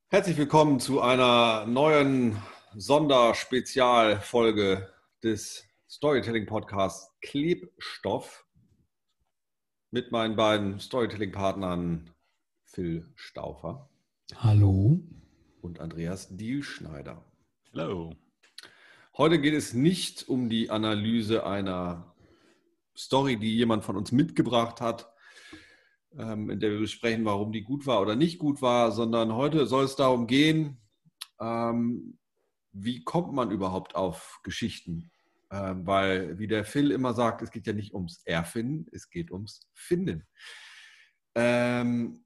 Herzlich willkommen zu einer neuen Sonderspezialfolge des Storytelling-Podcasts Klebstoff mit meinen beiden Storytelling-Partnern Phil Stauffer. Hallo. Und Andreas Dielschneider. Hallo. Heute geht es nicht um die Analyse einer Story, die jemand von uns mitgebracht hat, in der wir besprechen, warum die gut war oder nicht gut war, sondern heute soll es darum gehen, wie kommt man überhaupt auf Geschichten? Weil, wie der Phil immer sagt, es geht ja nicht ums Erfinden, es geht ums Finden. Genau,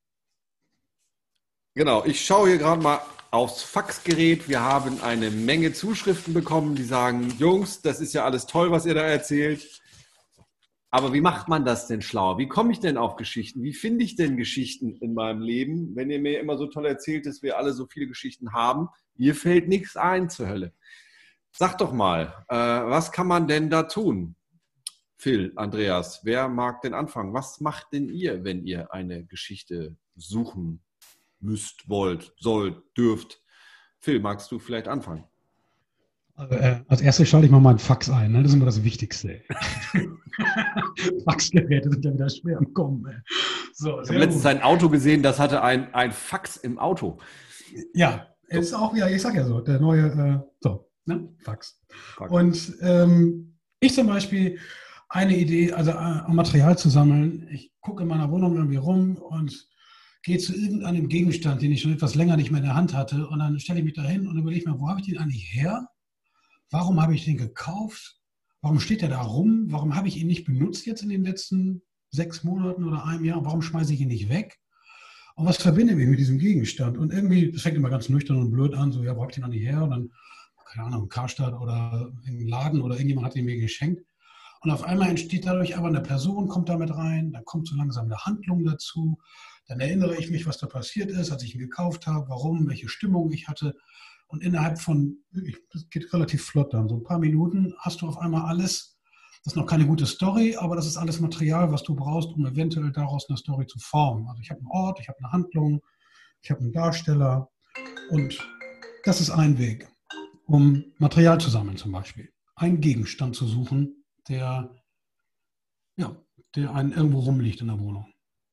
ich schaue hier gerade mal aufs Faxgerät. Wir haben eine Menge Zuschriften bekommen, die sagen, Jungs, das ist ja alles toll, was ihr da erzählt. Aber wie macht man das denn schlau? Wie komme ich denn auf Geschichten? Wie finde ich denn Geschichten in meinem Leben, wenn ihr mir immer so toll erzählt, dass wir alle so viele Geschichten haben? Mir fällt nichts ein zur Hölle. Sag doch mal, was kann man denn da tun? Phil, Andreas, wer mag denn anfangen? Was macht denn ihr, wenn ihr eine Geschichte suchen müsst, wollt, sollt, dürft? Phil, magst du vielleicht anfangen? Als erstes schalte ich mal meinen Fax ein. Ne? Das ist immer das Wichtigste. Faxgeräte sind ja wieder schwer am Kommen. So, ich habe letztens ein Auto gesehen, das hatte ein Fax im Auto. Ja, so. Ist auch, ja, ich sag ja so, der neue, Fax. Fax. Und ich zum Beispiel eine Idee, also Material zu sammeln. Ich gucke in meiner Wohnung irgendwie rum und gehe zu irgendeinem Gegenstand, den ich schon etwas länger nicht mehr in der Hand hatte. Und dann stelle ich mich da hin und überlege mir, wo habe ich den eigentlich her? Warum habe ich den gekauft? Warum steht der da rum? Warum habe ich ihn nicht benutzt jetzt in den letzten 6 Monaten oder einem Jahr? Warum schmeiße ich ihn nicht weg? Und was verbindet mich mit diesem Gegenstand? Und irgendwie, das fängt immer ganz nüchtern und blöd an, so, ja, wo habe ich den noch nicht her? Und dann, keine Ahnung, Karstadt oder im Laden oder irgendjemand hat ihn mir geschenkt. Und auf einmal entsteht dadurch aber eine Person, kommt damit rein, dann kommt so langsam eine Handlung dazu. Dann erinnere ich mich, was da passiert ist, als ich ihn gekauft habe, warum, welche Stimmung ich hatte. Und innerhalb von, das geht relativ flott dann, so ein paar Minuten hast du auf einmal alles. Das ist noch keine gute Story, aber das ist alles Material, was du brauchst, um eventuell daraus eine Story zu formen. Also ich habe einen Ort, ich habe eine Handlung, ich habe einen Darsteller und das ist ein Weg, um Material zu sammeln zum Beispiel. Einen Gegenstand zu suchen, der einen irgendwo rumliegt in der Wohnung.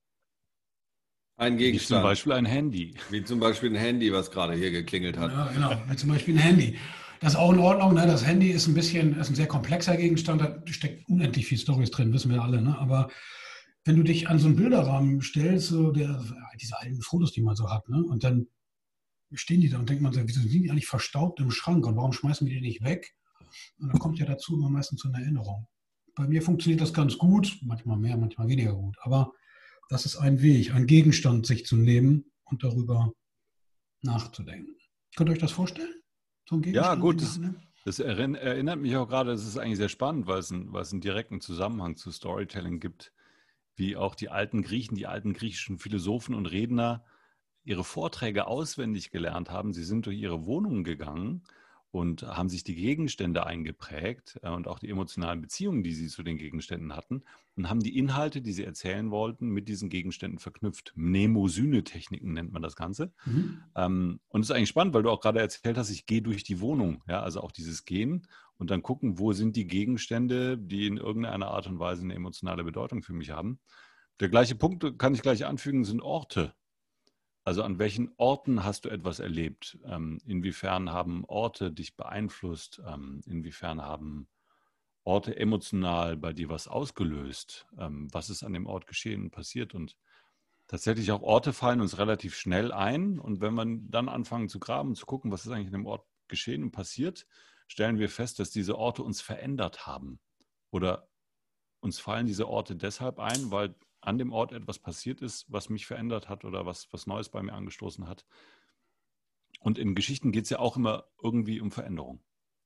Ein Gegenstand. Wie zum Beispiel ein Handy. Wie zum Beispiel ein Handy, was gerade hier geklingelt hat. Ja, genau, wie zum Beispiel ein Handy. Das ist auch in Ordnung. Ne? Das Handy ist ein sehr komplexer Gegenstand. Da steckt unendlich viel Storys drin, wissen wir alle. Ne? Aber wenn du dich an so einen Bilderrahmen stellst, so diese alten Fotos, die man so hat, ne? Und dann stehen die da und denkt man so, wieso sind die eigentlich verstaubt im Schrank und warum schmeißen wir die nicht weg? Und dann kommt ja dazu immer meistens so eine Erinnerung. Bei mir funktioniert das ganz gut, manchmal mehr, manchmal weniger gut. Aber das ist ein Weg, einen Gegenstand sich zu nehmen und darüber nachzudenken. Könnt ihr euch das vorstellen? So ein Gegenstand? Ja, gut, das erinnert mich auch gerade, das ist eigentlich sehr spannend, weil es einen direkten Zusammenhang zu Storytelling gibt, wie auch die alten Griechen, die alten griechischen Philosophen und Redner ihre Vorträge auswendig gelernt haben. Sie sind durch ihre Wohnungen gegangen und haben sich die Gegenstände eingeprägt und auch die emotionalen Beziehungen, die sie zu den Gegenständen hatten, und haben die Inhalte, die sie erzählen wollten, mit diesen Gegenständen verknüpft. Mnemosyne-Techniken nennt man das Ganze. Und es ist eigentlich spannend, weil du auch gerade erzählt hast, ich gehe durch die Wohnung, ja, also auch dieses Gehen und dann gucken, wo sind die Gegenstände, die in irgendeiner Art und Weise eine emotionale Bedeutung für mich haben. Der gleiche Punkt, kann ich gleich anfügen, sind Orte. Also an welchen Orten hast du etwas erlebt? Inwiefern haben Orte dich beeinflusst? Inwiefern haben Orte emotional bei dir was ausgelöst? Was ist an dem Ort geschehen und passiert? Und tatsächlich auch Orte fallen uns relativ schnell ein. Und wenn wir dann anfangen zu graben und zu gucken, was ist eigentlich an dem Ort geschehen und passiert, stellen wir fest, dass diese Orte uns verändert haben. Oder uns fallen diese Orte deshalb ein, weil an dem Ort etwas passiert ist, was mich verändert hat oder was Neues bei mir angestoßen hat. Und in Geschichten geht es ja auch immer irgendwie um Veränderung.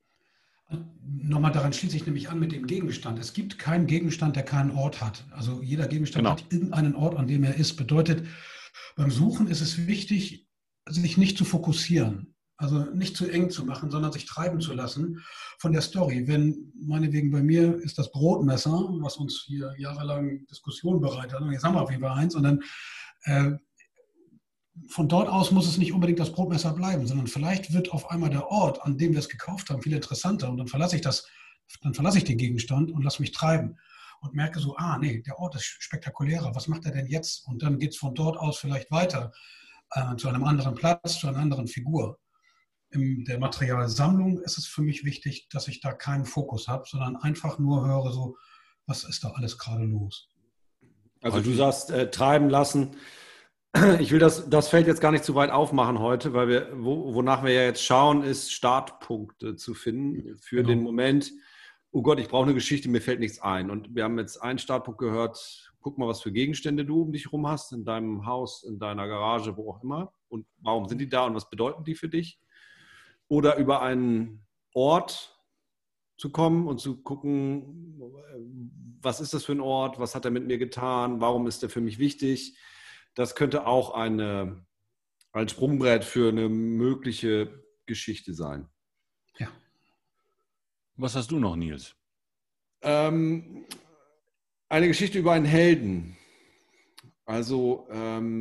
Nochmal, daran schließe ich nämlich an mit dem Gegenstand. Es gibt keinen Gegenstand, der keinen Ort hat. Also jeder Gegenstand hat irgendeinen Ort, an dem er ist. Bedeutet, beim Suchen ist es wichtig, sich nicht zu fokussieren. Also nicht zu eng zu machen, sondern sich treiben zu lassen von der Story. Wenn, meinetwegen bei mir ist das Brotmesser, was uns hier jahrelang Diskussionen bereitet hat, und jetzt haben wir auf jeden Fall eins, und dann von dort aus muss es nicht unbedingt das Brotmesser bleiben, sondern vielleicht wird auf einmal der Ort, an dem wir es gekauft haben, viel interessanter. Und dann verlasse ich den Gegenstand und lasse mich treiben und merke so, nee, der Ort ist spektakulärer. Was macht er denn jetzt? Und dann geht es von dort aus vielleicht weiter zu einem anderen Platz, zu einer anderen Figur. In der Materialsammlung ist es für mich wichtig, dass ich da keinen Fokus habe, sondern einfach nur höre so, was ist da alles gerade los? Also du sagst, treiben lassen. Ich will das Feld jetzt gar nicht zu weit aufmachen heute, weil wonach wir ja jetzt schauen, ist Startpunkte zu finden für den Moment, oh Gott, ich brauche eine Geschichte, mir fällt nichts ein. Und wir haben jetzt einen Startpunkt gehört, guck mal, was für Gegenstände du um dich herum hast, in deinem Haus, in deiner Garage, wo auch immer. Und warum sind die da und was bedeuten die für dich? Oder über einen Ort zu kommen und zu gucken, was ist das für ein Ort, was hat er mit mir getan, warum ist er für mich wichtig. Das könnte auch ein Sprungbrett für eine mögliche Geschichte sein. Ja. Was hast du noch, Nils? Eine Geschichte über einen Helden. Also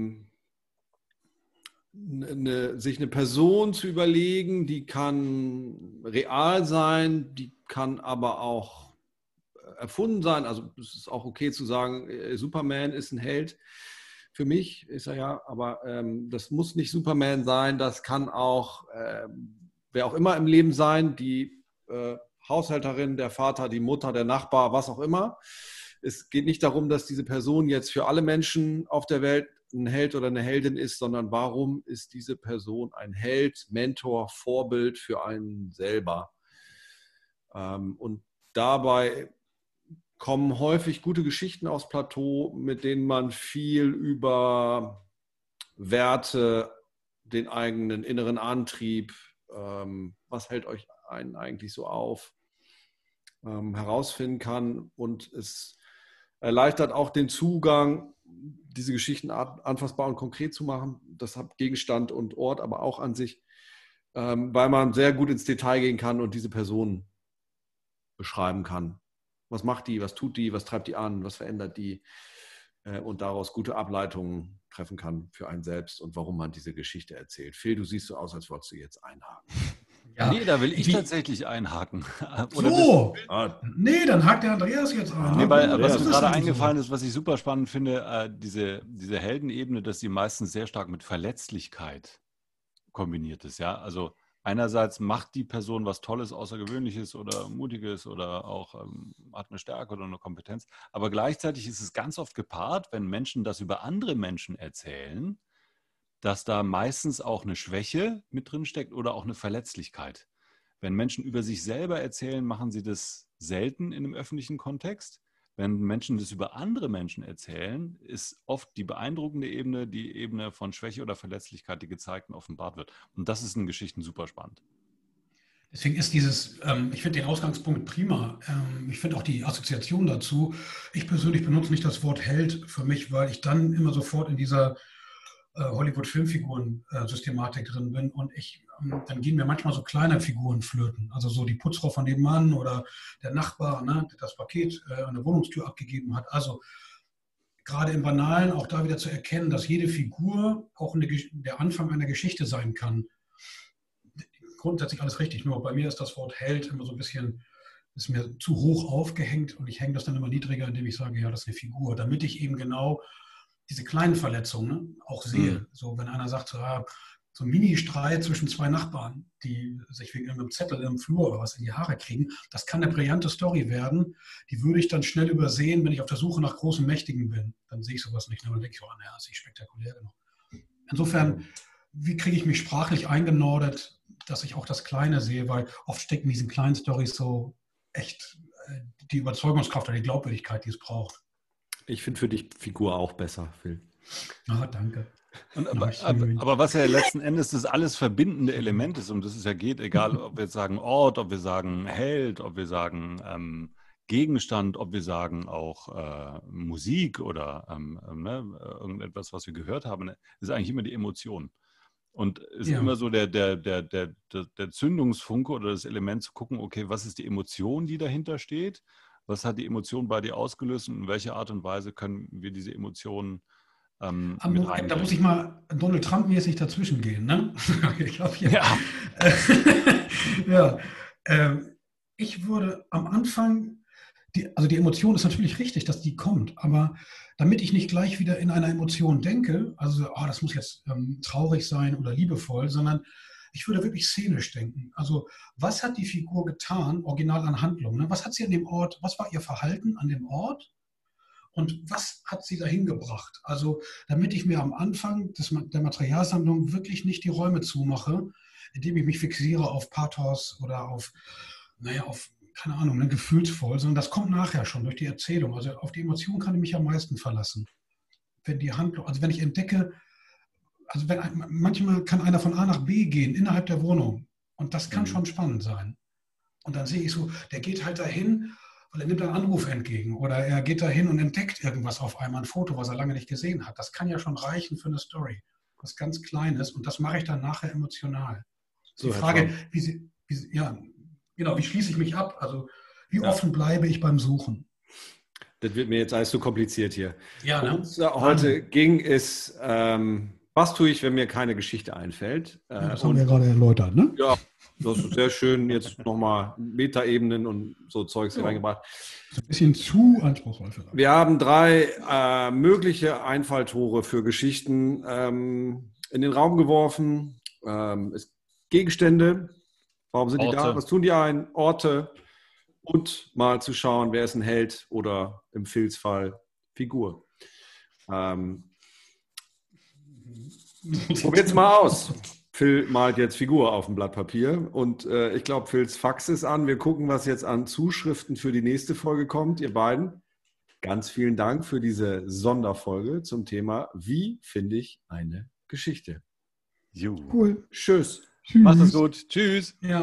sich eine Person zu überlegen, die kann real sein, die kann aber auch erfunden sein. Also es ist auch okay zu sagen, Superman ist ein Held. Für mich ist er ja, aber das muss nicht Superman sein. Das kann auch wer auch immer im Leben sein, die Haushälterin, der Vater, die Mutter, der Nachbar, was auch immer. Es geht nicht darum, dass diese Person jetzt für alle Menschen auf der Welt ein Held oder eine Heldin ist, sondern warum ist diese Person ein Held, Mentor, Vorbild für einen selber. Und dabei kommen häufig gute Geschichten aus Plateau, mit denen man viel über Werte, den eigenen inneren Antrieb, was hält euch einen eigentlich so auf, herausfinden kann. Und es erleichtert auch den Zugang, diese Geschichten anfassbar und konkret zu machen. Das hat Gegenstand und Ort, aber auch an sich, weil man sehr gut ins Detail gehen kann und diese Person beschreiben kann. Was macht die, was tut die, was treibt die an, was verändert die und daraus gute Ableitungen treffen kann für einen selbst und warum man diese Geschichte erzählt. Phil, du siehst so aus, als wolltest du jetzt einhaken. Ja. Nee, da will ich tatsächlich einhaken. Oder so! Nee, dann hakt der Andreas jetzt ein. Nee, weil, was mir gerade eingefallen ist, was ich super spannend finde, diese Heldenebene, dass die meistens sehr stark mit Verletzlichkeit kombiniert ist. Ja? Also einerseits macht die Person was Tolles, Außergewöhnliches oder Mutiges oder auch hat eine Stärke oder eine Kompetenz. Aber gleichzeitig ist es ganz oft gepaart, wenn Menschen das über andere Menschen erzählen, dass da meistens auch eine Schwäche mit drin steckt oder auch eine Verletzlichkeit. Wenn Menschen über sich selber erzählen, machen sie das selten in einem öffentlichen Kontext. Wenn Menschen das über andere Menschen erzählen, ist oft die beeindruckende Ebene die Ebene von Schwäche oder Verletzlichkeit, die gezeigt und offenbart wird. Und das ist in Geschichten super spannend. Deswegen ist ich finde den Ausgangspunkt prima. Ich finde auch die Assoziation dazu. Ich persönlich benutze nicht das Wort Held für mich, weil ich dann immer sofort in dieser Hollywood-Filmfiguren-Systematik drin bin und dann gehen mir manchmal so kleine Figuren flöten. Also so die Putzfrau von nebenan oder der Nachbar, ne, der das Paket an der Wohnungstür abgegeben hat. Also gerade im Banalen auch da wieder zu erkennen, dass jede Figur auch der Anfang einer Geschichte sein kann. Grundsätzlich alles richtig, nur bei mir ist das Wort Held immer so ein bisschen, ist mir zu hoch aufgehängt und ich hänge das dann immer niedriger, indem ich sage, ja, das ist eine Figur, damit ich eben genau diese kleinen Verletzungen auch sehe. So, wenn einer sagt, so ein Mini-Streit zwischen zwei Nachbarn, die sich wegen irgendeinem Zettel im Flur oder was in die Haare kriegen, das kann eine brillante Story werden. Die würde ich dann schnell übersehen, wenn ich auf der Suche nach großen Mächtigen bin. Dann sehe ich sowas nicht. Dann denke ich, naja, das ist nicht spektakulär genug. Insofern, wie kriege ich mich sprachlich eingenordet, dass ich auch das Kleine sehe, weil oft steckt in diesen kleinen Storys so echt die Überzeugungskraft oder die Glaubwürdigkeit, die es braucht. Ich finde für dich Figur auch besser, Phil. Danke. Aber was ja letzten Endes das alles verbindende Element ist, um das es ja geht, egal ob wir jetzt sagen Ort, ob wir sagen Held, ob wir sagen Gegenstand, ob wir sagen auch Musik oder irgendetwas, was wir gehört haben, ist eigentlich immer die Emotion. Und es ist immer so der Zündungsfunke oder das Element zu gucken, okay, was ist die Emotion, die dahinter steht? Was hat die Emotion bei dir ausgelöst und in welcher Art und Weise können wir diese Emotionen mit Da muss ich mal Donald Trump-mäßig dazwischen gehen, ne? Ich glaube, Ja. ja. Ich würde am Anfang, also die Emotion ist natürlich richtig, dass die kommt, aber damit ich nicht gleich wieder in einer Emotion denke, also das muss jetzt traurig sein oder liebevoll, sondern ich würde wirklich szenisch denken. Also was hat die Figur getan, original an Handlung? Ne? Was hat sie an dem Ort, was war ihr Verhalten an dem Ort? Und was hat sie dahin gebracht? Also, damit ich mir am Anfang der Materialsammlung wirklich nicht die Räume zumache, indem ich mich fixiere auf Pathos oder auf, keine Ahnung, ne, gefühlsvoll, sondern das kommt nachher schon durch die Erzählung. Also auf die Emotion kann ich mich am meisten verlassen. Wenn die Handlung, also wenn ich entdecke, also manchmal kann einer von A nach B gehen innerhalb der Wohnung und das kann schon spannend sein. Und dann sehe ich so, der geht halt dahin, weil er nimmt einen Anruf entgegen oder er geht dahin und entdeckt irgendwas auf einmal, ein Foto, was er lange nicht gesehen hat. Das kann ja schon reichen für eine Story, was ganz Kleines und das mache ich dann nachher emotional. So, die Frage, wie schließe ich mich ab? Also wie offen bleibe ich beim Suchen? Das wird mir jetzt alles zu kompliziert hier. Ja, ne? Uns heute ging es, was tue ich, wenn mir keine Geschichte einfällt? Das haben wir gerade erläutert, ne? Ja, das ist sehr schön. Jetzt nochmal Metaebenen und so Zeugs reingebracht. Das ist ein bisschen zu anspruchsvoll vielleicht. Wir haben 3 mögliche Einfalltore für Geschichten in den Raum geworfen. Gegenstände, warum sind die da? Was tun die ein? Orte und mal zu schauen, wer ist ein Held oder im Phils Fall Figur. Probiert's mal aus. Phil malt jetzt Figur auf dem Blatt Papier und ich glaube, Phils Fax ist an. Wir gucken, was jetzt an Zuschriften für die nächste Folge kommt. Ihr beiden, ganz vielen Dank für diese Sonderfolge zum Thema Wie finde ich eine Geschichte? Jo. Cool. Tschüss. Macht es gut. Tschüss. Ja.